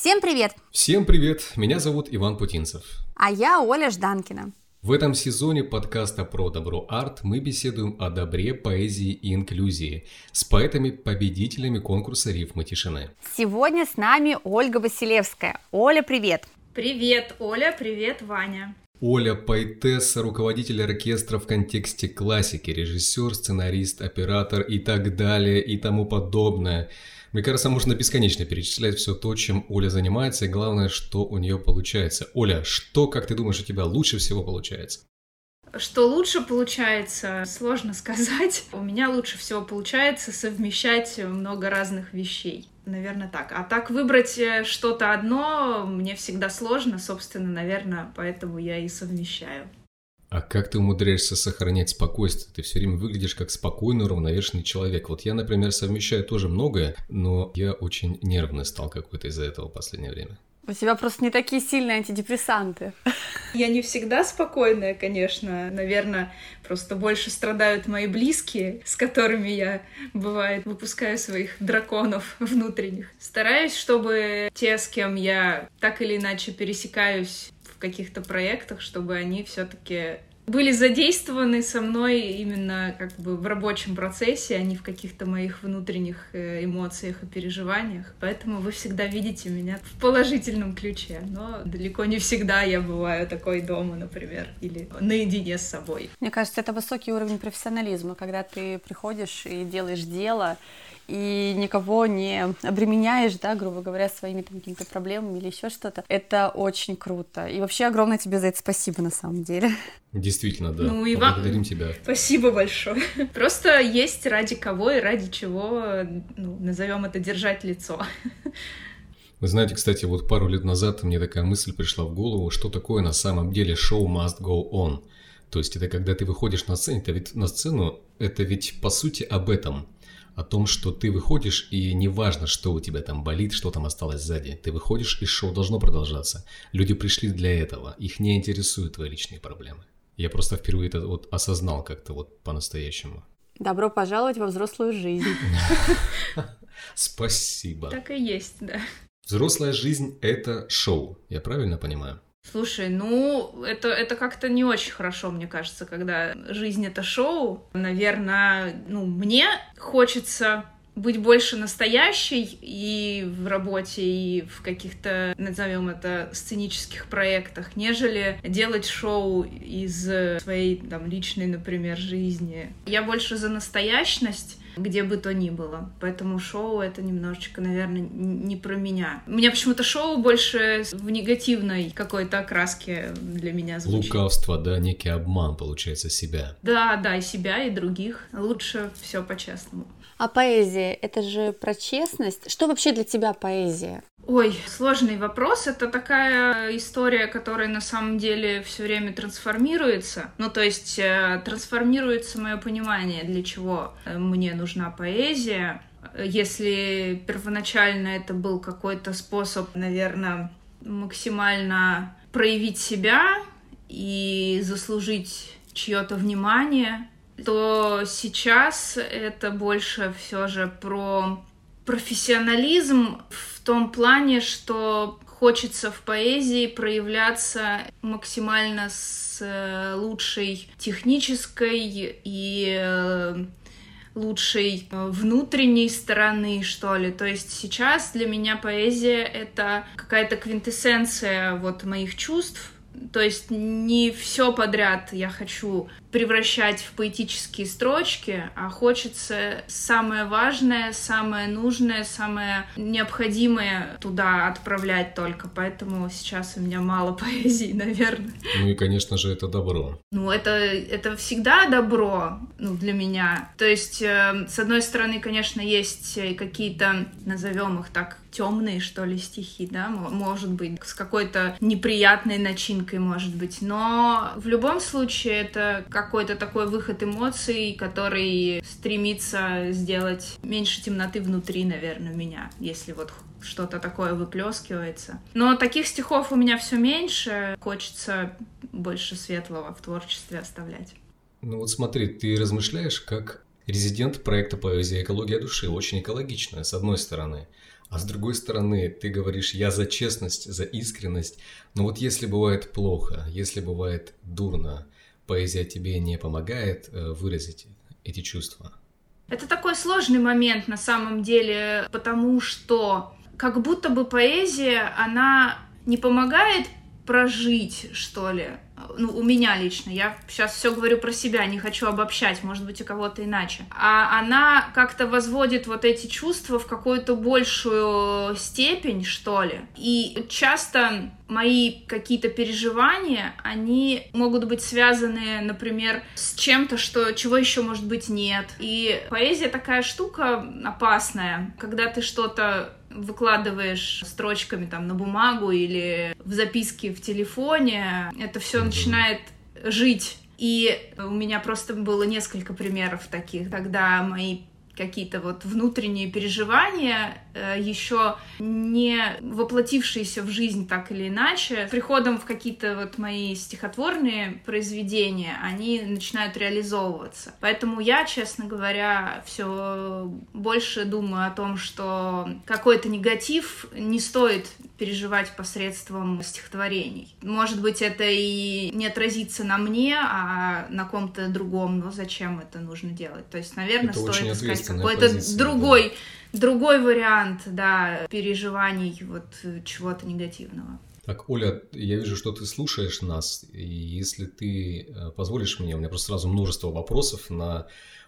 Всем привет! Всем привет! Меня зовут Иван Путинцев. А я Оля Жданкина. В этом сезоне подкаста про добро-арт мы беседуем о добре, поэзии и инклюзии с поэтами-победителями конкурса «Рифмы тишины». Сегодня с нами Ольга Василевская. Оля, привет! Привет, Оля, привет, Ваня. Оля – поэтесса, руководитель оркестра в контексте классики, режиссер, сценарист, оператор и так далее и тому подобное. Мне кажется, можно бесконечно перечислять все то, чем Оля занимается, и главное, что у нее получается. Оля, что, как ты думаешь, у тебя лучше всего получается? Что лучше получается, сложно сказать. У меня лучше всего получается совмещать много разных вещей. Наверное, так. А так выбрать что-то одно мне всегда сложно, собственно, наверное, поэтому я и совмещаю. А как ты умудряешься сохранять спокойствие? Ты все время выглядишь как спокойный, уравновешенный человек. Вот я, например, совмещаю тоже многое, но я очень нервный стал какой-то из-за этого в последнее время. У тебя просто не такие сильные антидепрессанты. Я не всегда спокойная, конечно. Наверное, просто больше страдают мои близкие, с которыми я, бывает, выпускаю своих драконов внутренних. Стараюсь, чтобы те, с кем я так или иначе пересекаюсь в каких-то проектах, чтобы они все-таки были задействованы со мной именно как бы в рабочем процессе, а не в каких-то моих внутренних эмоциях и переживаниях. Поэтому вы всегда видите меня в положительном ключе. Но далеко не всегда я бываю такой дома, например, или наедине с собой. Мне кажется, это высокий уровень профессионализма, когда ты приходишь и делаешь дело, и никого не обременяешь, да, грубо говоря, своими там какими-то проблемами или еще что-то. Это очень круто. И вообще огромное тебе за это спасибо на самом деле. Действительно, да. Ну, и благодарим тебя. Спасибо большое. Просто есть ради кого и ради чего, назовем это, держать лицо. Вы знаете, кстати, вот пару лет назад мне такая мысль пришла в голову, что такое на самом деле show must go on. То есть это когда ты выходишь на сцену, это ведь по сути об этом. О том, что ты выходишь, и неважно, что у тебя там болит, что там осталось сзади. Ты выходишь, и шоу должно продолжаться. Люди пришли для этого. Их не интересуют твои личные проблемы. Я просто впервые это вот осознал как-то вот по-настоящему. Добро пожаловать во взрослую жизнь. Спасибо. Так и есть, да. Взрослая жизнь – это шоу. Я правильно понимаю? Слушай, это как-то не очень хорошо, мне кажется, когда жизнь — это шоу. Наверное, мне хочется быть больше настоящей и в работе, и в каких-то, назовем это, сценических проектах, нежели делать шоу из своей там личной, например, жизни. Я больше за настоящность, где бы то ни было. Поэтому шоу — это немножечко, наверное, не про меня. У меня почему-то шоу больше в негативной какой-то окраске для меня звучит. Лукавство, да, некий обман, получается, себя. Да, и себя, и других. Лучше все по-честному. А поэзия — это же про честность. Что вообще для тебя поэзия? Ой, сложный вопрос. Это такая история, которая на самом деле все время трансформируется. То есть трансформируется мое понимание, для чего мне нужна поэзия. Если первоначально это был какой-то способ, наверное, максимально проявить себя и заслужить чье-то внимание, то сейчас это больше все же про профессионализм в том плане, что хочется в поэзии проявляться максимально с лучшей технической и лучшей внутренней стороны, что ли. То есть сейчас для меня поэзия — это какая-то квинтэссенция вот моих чувств. То есть не все подряд я хочу превращать в поэтические строчки, а хочется самое важное, самое нужное, самое необходимое туда отправлять только. Поэтому сейчас у меня мало поэзии, наверное. Ну и, конечно же, это добро. Это всегда добро, для меня. То есть, с одной стороны, конечно, есть какие-то, назовем их так, темные, что ли, стихи, да, может быть, с какой-то неприятной начинкой, может быть. Но в любом случае это какой-то такой выход эмоций, который стремится сделать меньше темноты внутри, наверное, меня, если вот что-то такое выплескивается. Но таких стихов у меня все меньше, хочется больше светлого в творчестве оставлять. Ну вот смотри, ты размышляешь как резидент проекта «Поэзия. Экология души», очень экологичная, с одной стороны. А с другой стороны, ты говоришь, я за честность, за искренность, но вот если бывает плохо, если бывает дурно, поэзия тебе не помогает выразить эти чувства? Это такой сложный момент на самом деле, потому что как будто бы поэзия, она не помогает прожить, что ли. Ну, у меня лично. Я сейчас все говорю про себя, не хочу обобщать, может быть, у кого-то иначе. А она как-то возводит вот эти чувства в какую-то большую степень, что ли. И часто мои какие-то переживания, они могут быть связаны, например, с чем-то, чего еще, может быть, нет. И поэзия такая штука опасная, когда ты что-то выкладываешь строчками там на бумагу или в записке в телефоне, это все начинает жить. И у меня просто было несколько примеров таких, когда мои какие-то вот внутренние переживания, еще не воплотившиеся в жизнь так или иначе, с приходом в какие-то вот мои стихотворные произведения, они начинают реализовываться. Поэтому я, честно говоря, все больше думаю о том, что какой-то негатив не стоит переживать посредством стихотворений. Может быть, это и не отразится на мне, а на ком-то другом, но зачем это нужно делать? То есть, наверное, это стоит искать какой-то позиция, другой вариант, да, переживаний вот чего-то негативного. Так, Оля, я вижу, что ты слушаешь нас, и если ты позволишь мне, у меня просто сразу множество вопросов на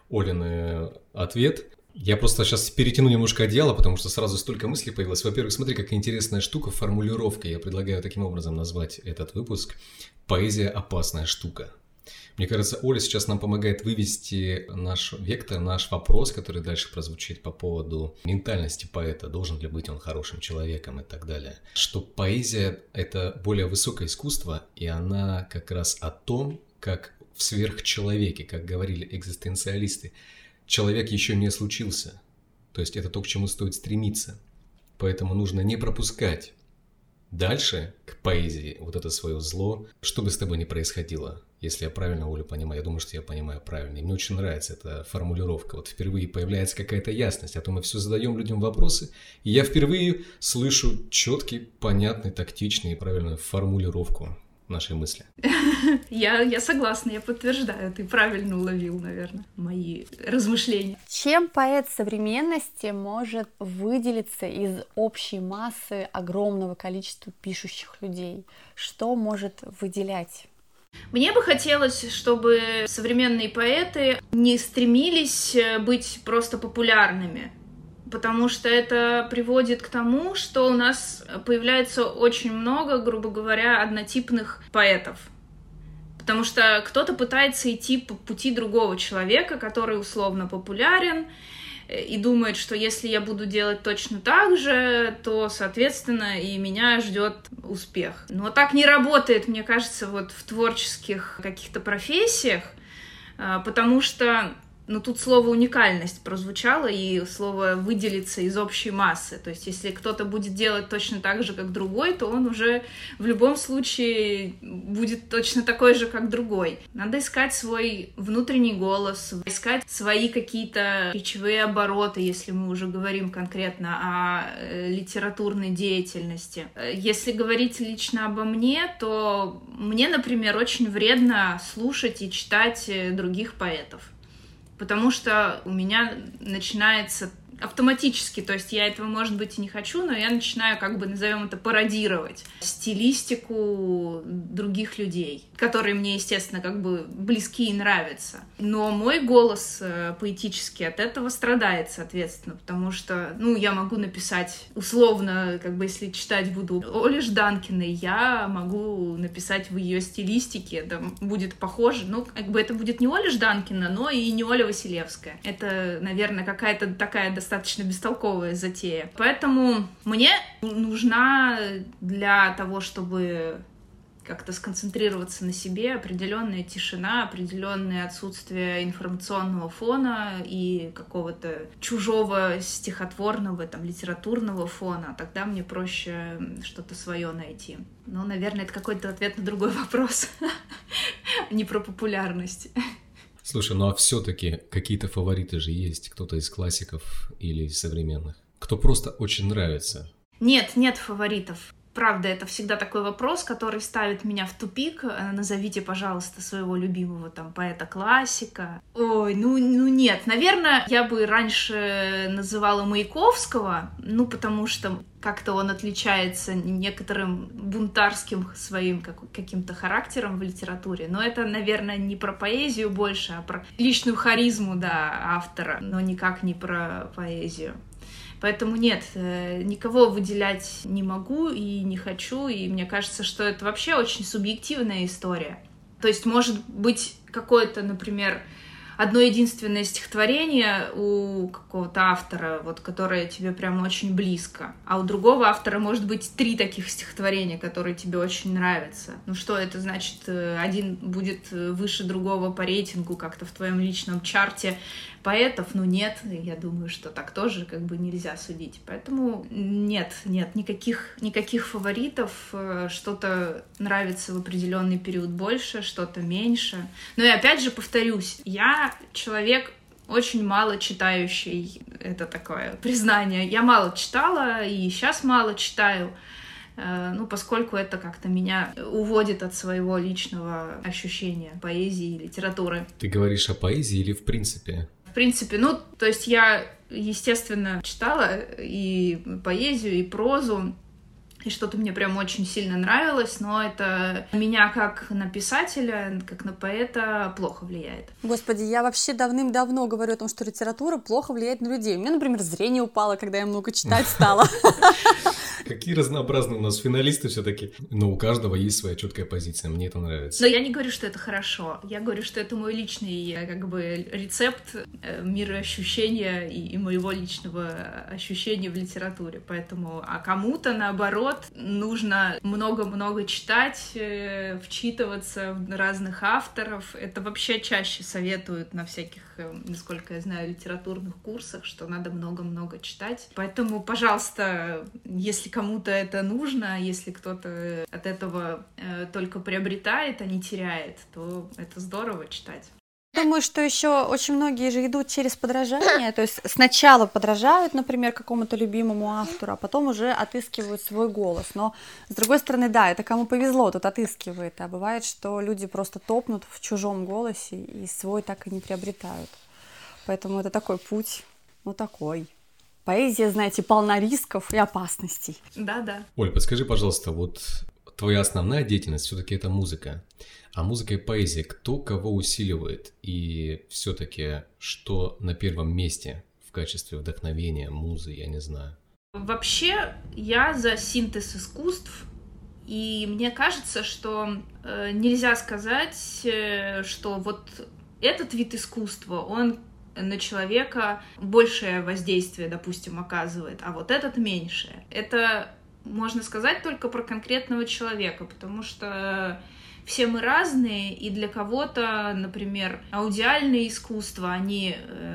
Олин ответ. Я просто сейчас перетяну немножко одеяло, потому что сразу столько мыслей появилось. Во-первых, смотри, какая интересная штука, формулировка. Я предлагаю таким образом назвать этот выпуск «Поэзия – опасная штука». Мне кажется, Оля сейчас нам помогает вывести наш вектор, наш вопрос, который дальше прозвучит по поводу ментальности поэта, должен ли быть он хорошим человеком и так далее. Что поэзия – это более высокое искусство, и она как раз о том, как в сверхчеловеке, как говорили экзистенциалисты, человек еще не случился. То есть это то, к чему стоит стремиться. Поэтому нужно не пропускать дальше к поэзии вот это свое зло, что бы с тобой ни происходило. Если я правильно Олю понимаю, я думаю, что я понимаю правильно. И мне очень нравится эта формулировка. Вот впервые появляется какая-то ясность, а то мы все задаем людям вопросы, и я впервые слышу четкий, понятный, тактичный и правильную формулировку нашей мысли. Я согласна, я подтверждаю. Ты правильно уловил, наверное, мои размышления. Чем поэт современности может выделиться из общей массы огромного количества пишущих людей? Что может выделять? Мне бы хотелось, чтобы современные поэты не стремились быть просто популярными, потому что это приводит к тому, что у нас появляется очень много, грубо говоря, однотипных поэтов. Потому что кто-то пытается идти по пути другого человека, который условно популярен, и думает, что если я буду делать точно так же, то, соответственно, и меня ждет успех. Но так не работает, мне кажется, вот в творческих каких-то профессиях, потому что тут слово «уникальность» прозвучало, и слово «выделиться из общей массы». То есть, если кто-то будет делать точно так же, как другой, то он уже в любом случае будет точно такой же, как другой. Надо искать свой внутренний голос, искать свои какие-то речевые обороты, если мы уже говорим конкретно о литературной деятельности. Если говорить лично обо мне, то мне, например, очень вредно слушать и читать других поэтов. Потому что у меня начинается автоматически, то есть я этого, может быть, и не хочу, но я начинаю, назовем это, пародировать стилистику других людей, которые мне, естественно, близки и нравятся. Но мой голос поэтический от этого страдает, соответственно, потому что, я могу написать условно, если читать буду Оли Жданкиной, я могу написать в ее стилистике, это будет похоже, это будет не Оля Жданкина, но и не Оля Василевская. Это, наверное, какая-то такая достаточно бестолковая затея. Поэтому мне нужна для того, чтобы как-то сконцентрироваться на себе, определенная тишина, определенное отсутствие информационного фона и какого-то чужого стихотворного, литературного фона. Тогда мне проще что-то свое найти. Наверное, это какой-то ответ на другой вопрос, не про популярность. Слушай, а все-таки какие-то фавориты же есть? Кто-то из классиков или из современных? кто просто очень нравится? Нет фаворитов. Правда, это всегда такой вопрос, который ставит меня в тупик. Назовите, пожалуйста, своего любимого там поэта-классика. Ой, ну нет. Наверное, я бы раньше называла Маяковского, потому что как-то он отличается некоторым бунтарским своим каким-то характером в литературе. Но это, наверное, не про поэзию больше, а про личную харизму, да, автора, но никак не про поэзию. Поэтому нет, никого выделять не могу и не хочу, и мне кажется, что это вообще очень субъективная история. То есть может быть какое-то, например, одно единственное стихотворение у какого-то автора, которое тебе прям очень близко, а у другого автора может быть 3 таких стихотворения, которые тебе очень нравятся. Ну что это значит? Один будет выше другого по рейтингу как-то в твоем личном чарте поэтов? Ну нет, я думаю, что так тоже нельзя судить. Поэтому нет, никаких фаворитов. Что-то нравится в определенный период больше, что-то меньше. Но и опять же повторюсь, я человек очень мало читающий. Это такое признание. Я мало читала и сейчас мало читаю. Поскольку это как-то меня уводит от своего личного ощущения поэзии и литературы. Ты говоришь о поэзии или в принципе? В принципе, то есть я, естественно, читала и поэзию, и прозу, и что-то мне прям очень сильно нравилось, но это меня как на писателя, как на поэта плохо влияет. Господи, я вообще давным-давно говорю о том, что литература плохо влияет на людей. У меня, например, зрение упало, когда я много читать стала. Какие разнообразные у нас финалисты все-таки. Но у каждого есть своя четкая позиция. Мне это нравится. Но я не говорю, что это хорошо. Я говорю, что это мой личный рецепт мироощущения и моего личного ощущения в литературе. Поэтому, а кому-то, наоборот, нужно много-много читать, вчитываться в разных авторов. Это вообще чаще советуют на всяких, насколько я знаю, литературных курсах, что надо много-много читать. Поэтому, пожалуйста, если кому-то это нужно, если кто-то от этого только приобретает, а не теряет, то это здорово читать. Думаю, что еще очень многие же идут через подражание, то есть сначала подражают, например, какому-то любимому автору, а потом уже отыскивают свой голос. Но, с другой стороны, да, это кому повезло, тут отыскивает, а бывает, что люди просто топнут в чужом голосе и свой так и не приобретают. Поэтому это такой путь, такой. Поэзия, знаете, полна рисков и опасностей. Да. Оль, подскажи, пожалуйста, твоя основная деятельность все-таки это музыка. А музыка и поэзия, кто кого усиливает? И все-таки что на первом месте в качестве вдохновения, музы, я не знаю? Вообще, я за синтез искусств. И мне кажется, что нельзя сказать, что этот вид искусства, он на человека большее воздействие, допустим, оказывает, а этот меньшее. Это можно сказать только про конкретного человека, потому что все мы разные, и для кого-то, например, аудиальные искусства, они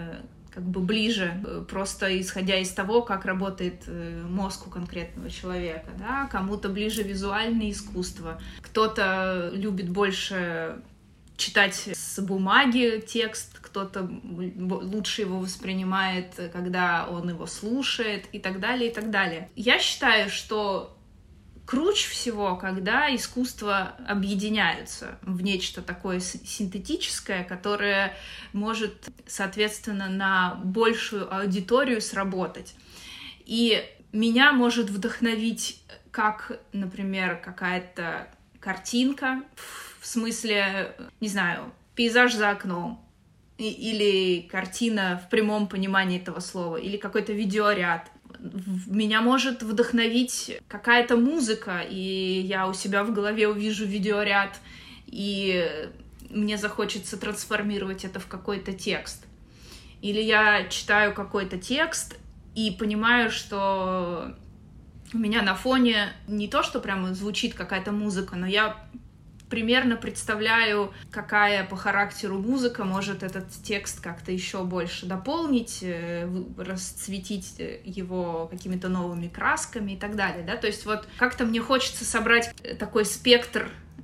ближе, просто исходя из того, как работает мозг у конкретного человека, да? Кому-то ближе визуальное искусство, кто-то любит больше читать с бумаги текст, кто-то лучше его воспринимает, когда он его слушает, и так далее, и так далее. Я считаю, что круче всего, когда искусства объединяются в нечто такое синтетическое, которое может, соответственно, на большую аудиторию сработать. И меня может вдохновить как, например, какая-то картинка, в смысле, не знаю, пейзаж за окном, или картина в прямом понимании этого слова, или какой-то видеоряд. Меня может вдохновить какая-то музыка, и я у себя в голове увижу видеоряд, и мне захочется трансформировать это в какой-то текст. Или я читаю какой-то текст и понимаю, что у меня на фоне не то, что прямо звучит какая-то музыка, но я примерно представляю, какая по характеру музыка может этот текст как-то еще больше дополнить, расцветить его какими-то новыми красками и так далее, да, то есть как-то мне хочется собрать такой спектр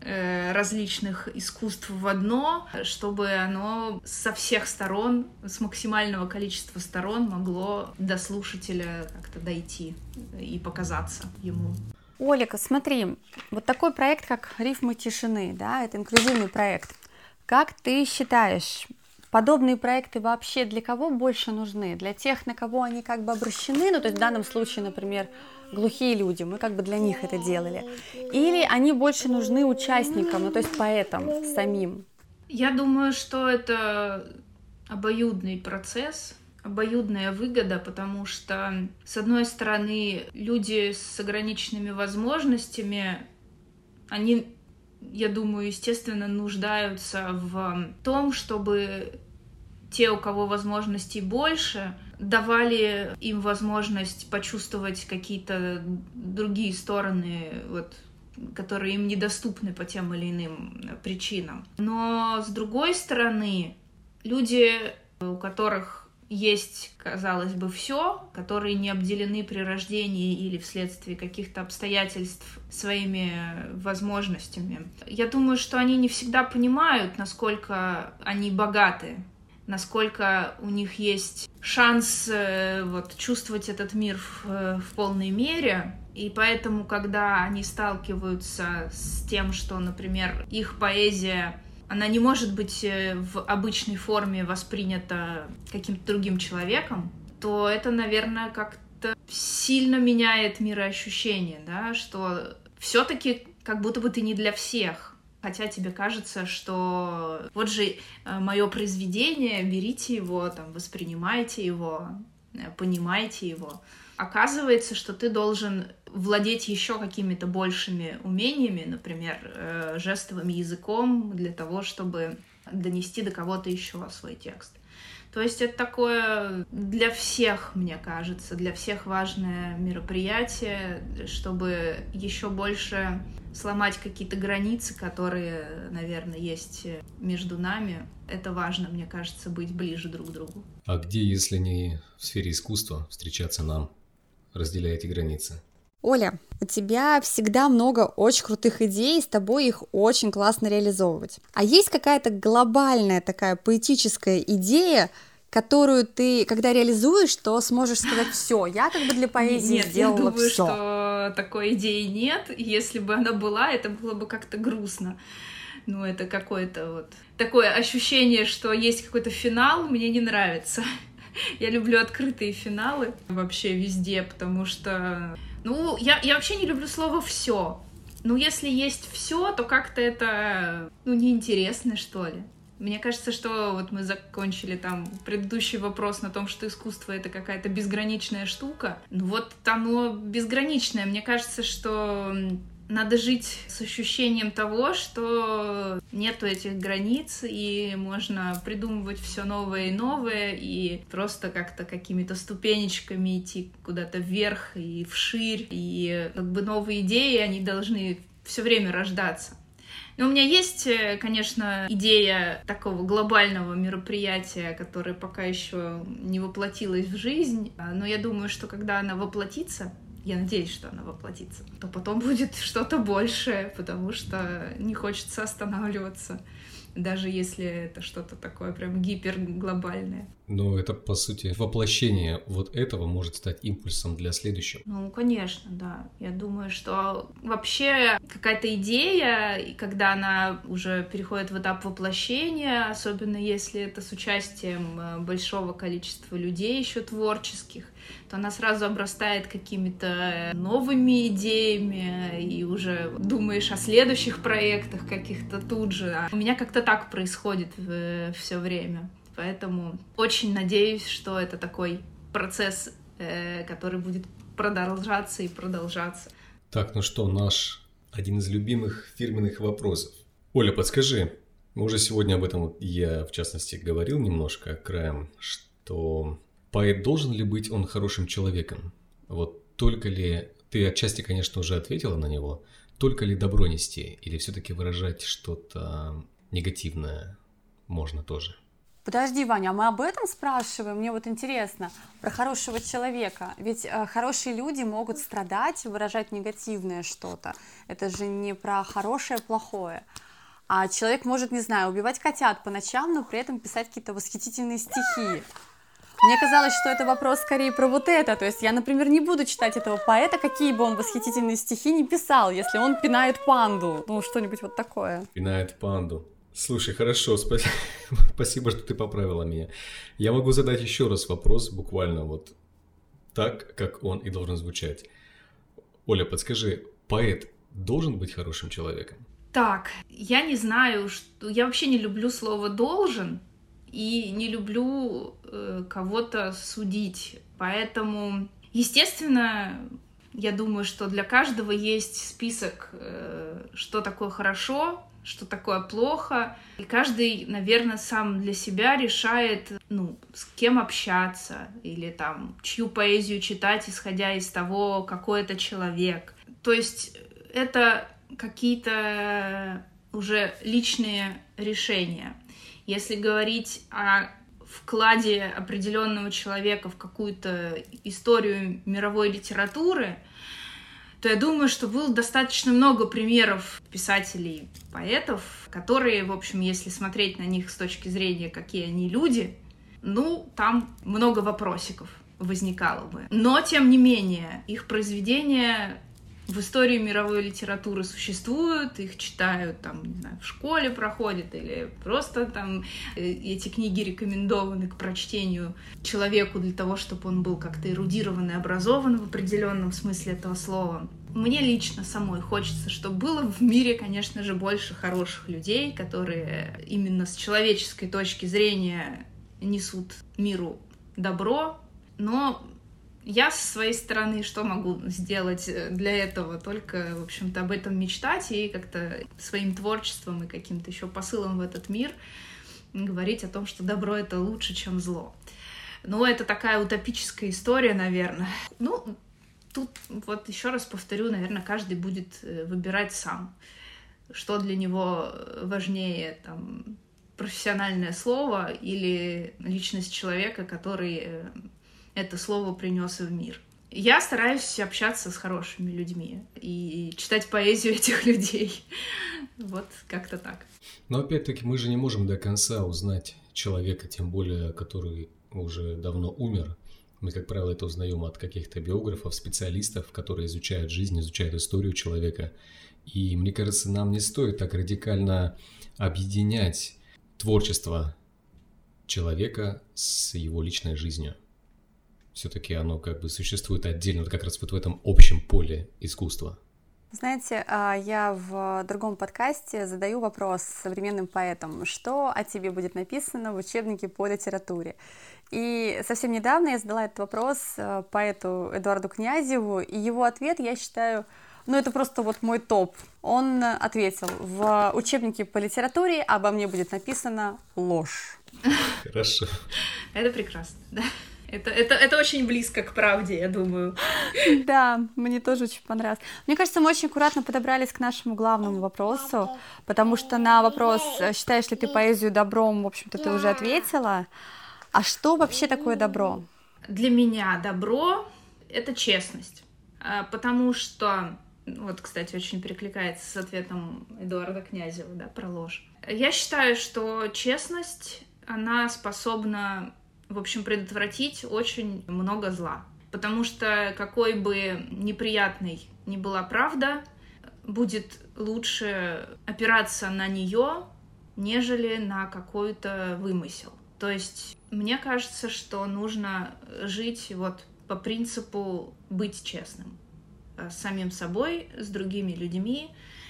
различных искусств в одно, чтобы оно со всех сторон, с максимального количества сторон могло до слушателя как-то дойти и показаться ему. Олика, смотри, вот такой проект, как «Рифмы тишины», да, это инклюзивный проект. Как ты считаешь, подобные проекты вообще для кого больше нужны? Для тех, на кого они как бы обращены, ну, то есть в данном случае, например, глухие люди, мы как бы для них это делали. Или они больше нужны участникам, ну, то есть поэтам самим? Я думаю, что это обоюдный процесс, обоюдная выгода, потому что, с одной стороны, люди с ограниченными возможностями, они, я думаю, естественно, нуждаются в том, чтобы те, у кого возможностей больше, давали им возможность почувствовать какие-то другие стороны, вот, которые им недоступны по тем или иным причинам. Но, с другой стороны, люди, у которых есть, казалось бы, все, которые не обделены при рождении или вследствие каких-то обстоятельств своими возможностями. Я думаю, что они не всегда понимают, насколько они богаты, насколько у них есть шанс вот, чувствовать этот мир в полной мере. И поэтому, когда они сталкиваются с тем, что, например, их поэзия, она не может быть в обычной форме воспринята каким-то другим человеком, то это, наверное, как-то сильно меняет мироощущение, да, что все-таки как будто бы ты не для всех. Хотя тебе кажется, что вот же мое произведение, берите его, там, воспринимайте его, понимайте его. Оказывается, что ты должен владеть еще какими-то большими умениями, например, жестовым языком, для того, чтобы донести до кого-то еще свой текст. То есть это такое для всех, мне кажется, для всех важное мероприятие, чтобы еще больше сломать какие-то границы, которые, наверное, есть между нами. Это важно, мне кажется, быть ближе друг к другу. А где, если не в сфере искусства, встречаться нам, разделяя эти границы? Оля, у тебя всегда много очень крутых идей, и с тобой их очень классно реализовывать. А есть какая-то глобальная такая поэтическая идея, которую ты, когда реализуешь, то сможешь сказать: все, я как бы для поэзии сделала все. Нет, я думаю, что такой идеи нет. Если бы она была, это было бы как-то грустно. Ну, это какое-то вот такое ощущение, что есть какой-то финал, мне не нравится. Я люблю открытые финалы вообще везде, потому что... Ну, я вообще не люблю слово «все». Ну, если есть все, то как-то это, ну, неинтересно, что ли. Мне кажется, что вот мы закончили там предыдущий вопрос на том, что искусство — это какая-то безграничная штука. Ну, вот оно безграничное. Мне кажется, что надо жить с ощущением того, что нету этих границ, и можно придумывать все новое и новое, и просто как-то какими-то ступенечками идти куда-то вверх и вширь, и как бы новые идеи, они должны все время рождаться. Но у меня есть, конечно, идея такого глобального мероприятия, которое пока еще не воплотилось в жизнь, но я думаю, что когда она воплотится, я надеюсь, что она воплотится, то потом будет что-то большее, потому что не хочется останавливаться, даже если это что-то такое прям гиперглобальное. Но это, по сути, воплощение вот этого может стать импульсом для следующего. Ну, конечно, да. Я думаю, что вообще какая-то идея, и когда она уже переходит в этап воплощения, особенно если это с участием большого количества людей еще творческих, то она сразу обрастает какими-то новыми идеями, и уже думаешь о следующих проектах каких-то тут же. А у меня как-то так происходит все время. Поэтому очень надеюсь, что это такой процесс, который будет продолжаться и продолжаться. Так, ну что, наш один из любимых фирменных вопросов. Оля, подскажи, мы уже сегодня об этом, я в частности говорил немножко краем, что поэт должен ли быть он хорошим человеком? Вот только ли, ты отчасти, конечно, уже ответила на него, только ли добро нести или все-таки выражать что-то негативное можно тоже? Подожди, Ваня, а мы об этом спрашиваем? Мне вот интересно, про хорошего человека. Ведь хорошие люди могут страдать, выражать негативное что-то. Это же не про хорошее, плохое. А человек может, не знаю, убивать котят по ночам, но при этом писать какие-то восхитительные стихи. Мне казалось, что это вопрос скорее про вот это. То есть я, например, не буду читать этого поэта, какие бы он восхитительные стихи не писал, если он пинает панду. Ну, что-нибудь вот такое. Пинает панду. Слушай, хорошо, спасибо, что ты поправила меня. Я могу задать еще раз вопрос, буквально вот так, как он и должен звучать. Оля, подскажи, поэт должен быть хорошим человеком? Так, я не знаю, я вообще не люблю слово «должен» и не люблю кого-то судить. Поэтому, естественно, я думаю, что для каждого есть список, что такое хорошо, что такое плохо. И каждый, наверное, сам для себя решает, с кем общаться или там, чью поэзию читать, исходя из того, какой это человек. То есть это какие-то уже личные решения. Если говорить о вкладе определенного человека в какую-то историю мировой литературы, то я думаю, что было достаточно много примеров писателей, поэтов, которые, в общем, если смотреть на них с точки зрения, какие они люди, там много вопросиков возникало бы. Но, тем не менее, их произведения в истории мировой литературы существуют, их читают, не знаю, в школе проходят, или просто эти книги рекомендованы к прочтению человеку для того, чтобы он был как-то эрудирован и образован в определенном смысле этого слова. Мне лично самой хочется, чтобы было в мире, конечно же, больше хороших людей, которые именно с человеческой точки зрения несут миру добро, но я со своей стороны что могу сделать для этого? Только, в общем-то, об этом мечтать и как-то своим творчеством и каким-то еще посылом в этот мир говорить о том, что добро — это лучше, чем зло. Это такая утопическая история, наверное. Тут вот еще раз повторю, наверное, каждый будет выбирать сам, что для него важнее, профессиональное слово или личность человека, который это слово принес в мир. Я стараюсь общаться с хорошими людьми и читать поэзию этих людей. Вот как-то так. Но опять-таки мы же не можем до конца узнать человека, тем более, который уже давно умер. Мы, как правило, это узнаем от каких-то биографов, специалистов, которые изучают жизнь, изучают историю человека. И мне кажется, нам не стоит так радикально объединять творчество человека с его личной жизнью. Все-таки оно существует отдельно, как раз вот в этом общем поле искусства. Знаете, я в другом подкасте задаю вопрос современным поэтам, что о тебе будет написано в учебнике по литературе. И совсем недавно я задала этот вопрос поэту Эдуарду Князеву, и его ответ, я считаю, это просто вот мой топ. Он ответил: в учебнике по литературе обо мне будет написано ложь. Хорошо. Это прекрасно, да. Это очень близко к правде, я думаю. Да, мне тоже очень понравилось. Мне кажется, мы очень аккуратно подобрались к нашему главному вопросу, потому что на вопрос, считаешь ли ты поэзию добром, в общем-то, ты уже ответила. А что вообще такое добро? Для меня добро — это честность. Потому что, кстати, очень перекликается с ответом Эдуарда Князева, да, про ложь. Я считаю, что честность, она способна, в общем, предотвратить очень много зла. Потому что какой бы неприятной ни была правда, будет лучше опираться на нее, нежели на какой-то вымысел. То есть мне кажется, что нужно жить по принципу быть честным с самим собой, с другими людьми.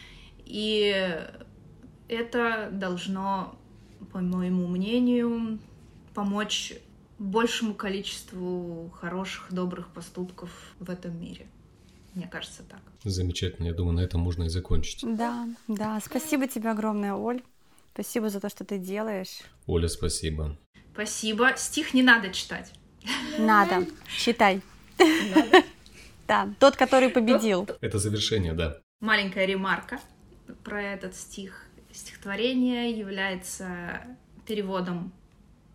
И это должно, по моему мнению, помочь большему количеству хороших, добрых поступков в этом мире. Мне кажется, так. Замечательно. Я думаю, на этом можно и закончить. Да. Спасибо тебе огромное, Оль. Спасибо за то, что ты делаешь. Оля, спасибо. Спасибо. Стих не надо читать. Надо. Читай. Надо? Да. Тот, который победил. Это завершение, да. Маленькая ремарка про этот стих. Стихотворение является переводом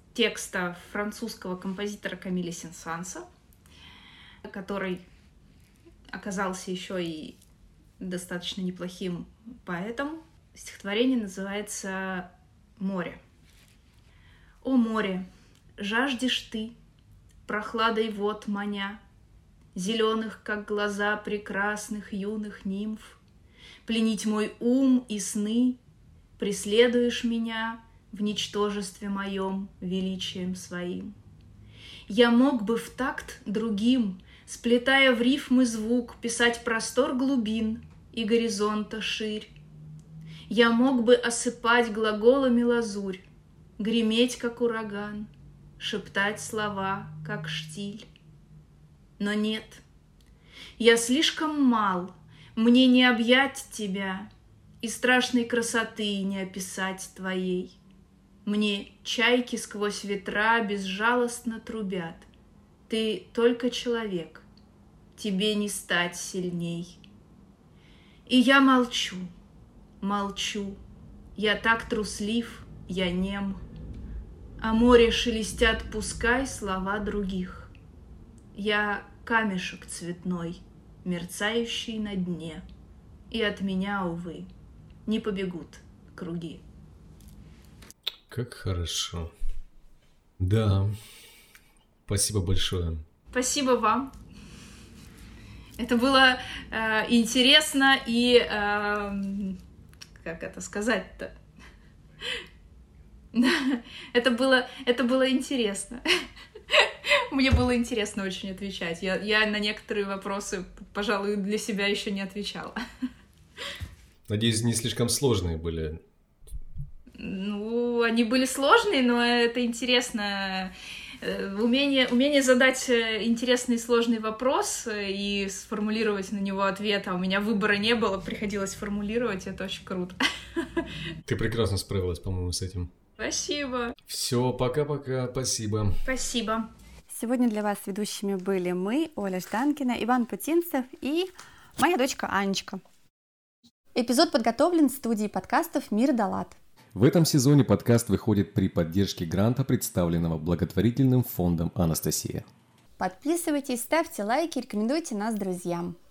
текста французского композитора Камиля Сен-Санса, который оказался еще и достаточно неплохим поэтом. Стихотворение называется «Море». «О море, жаждешь ты, прохладой вод маня, зеленых, как глаза прекрасных юных нимф, пленить мой ум и сны, преследуешь меня в ничтожестве моем величием своим. Я мог бы в такт другим, сплетая в рифмы звук, писать простор глубин и горизонта ширь. Я мог бы осыпать глаголами лазурь, греметь, как ураган, шептать слова, как штиль. Но нет, я слишком мал, мне не объять тебя, и страшной красоты не описать твоей. Мне чайки сквозь ветра безжалостно трубят. Ты только человек, тебе не стать сильней. И я молчу, молчу, я так труслив, я нем. А море шелестят пускай слова других. Я камешек цветной, мерцающий на дне, и от меня, увы, не побегут круги. Как хорошо. Да, спасибо большое. Спасибо вам. Это было интересно и, как это сказать-то? Это было интересно. Мне было интересно очень отвечать. Я на некоторые вопросы, пожалуй, для себя еще не отвечала. Надеюсь, не слишком сложные были. Ну, они были сложные, но это интересно. Умение задать интересный и сложный вопрос и сформулировать на него ответ, а у меня выбора не было, приходилось формулировать, это очень круто. Ты прекрасно справилась, по-моему, с этим. Спасибо. Все, пока-пока, спасибо. Спасибо. Сегодня для вас ведущими были мы, Оля Жданкина, Иван Путинцев и моя дочка Анечка. Эпизод подготовлен в студии подкастов «Мир Далат». В этом сезоне подкаст выходит при поддержке гранта, представленного благотворительным фондом «Анастасия». Подписывайтесь, ставьте лайки, рекомендуйте нас друзьям.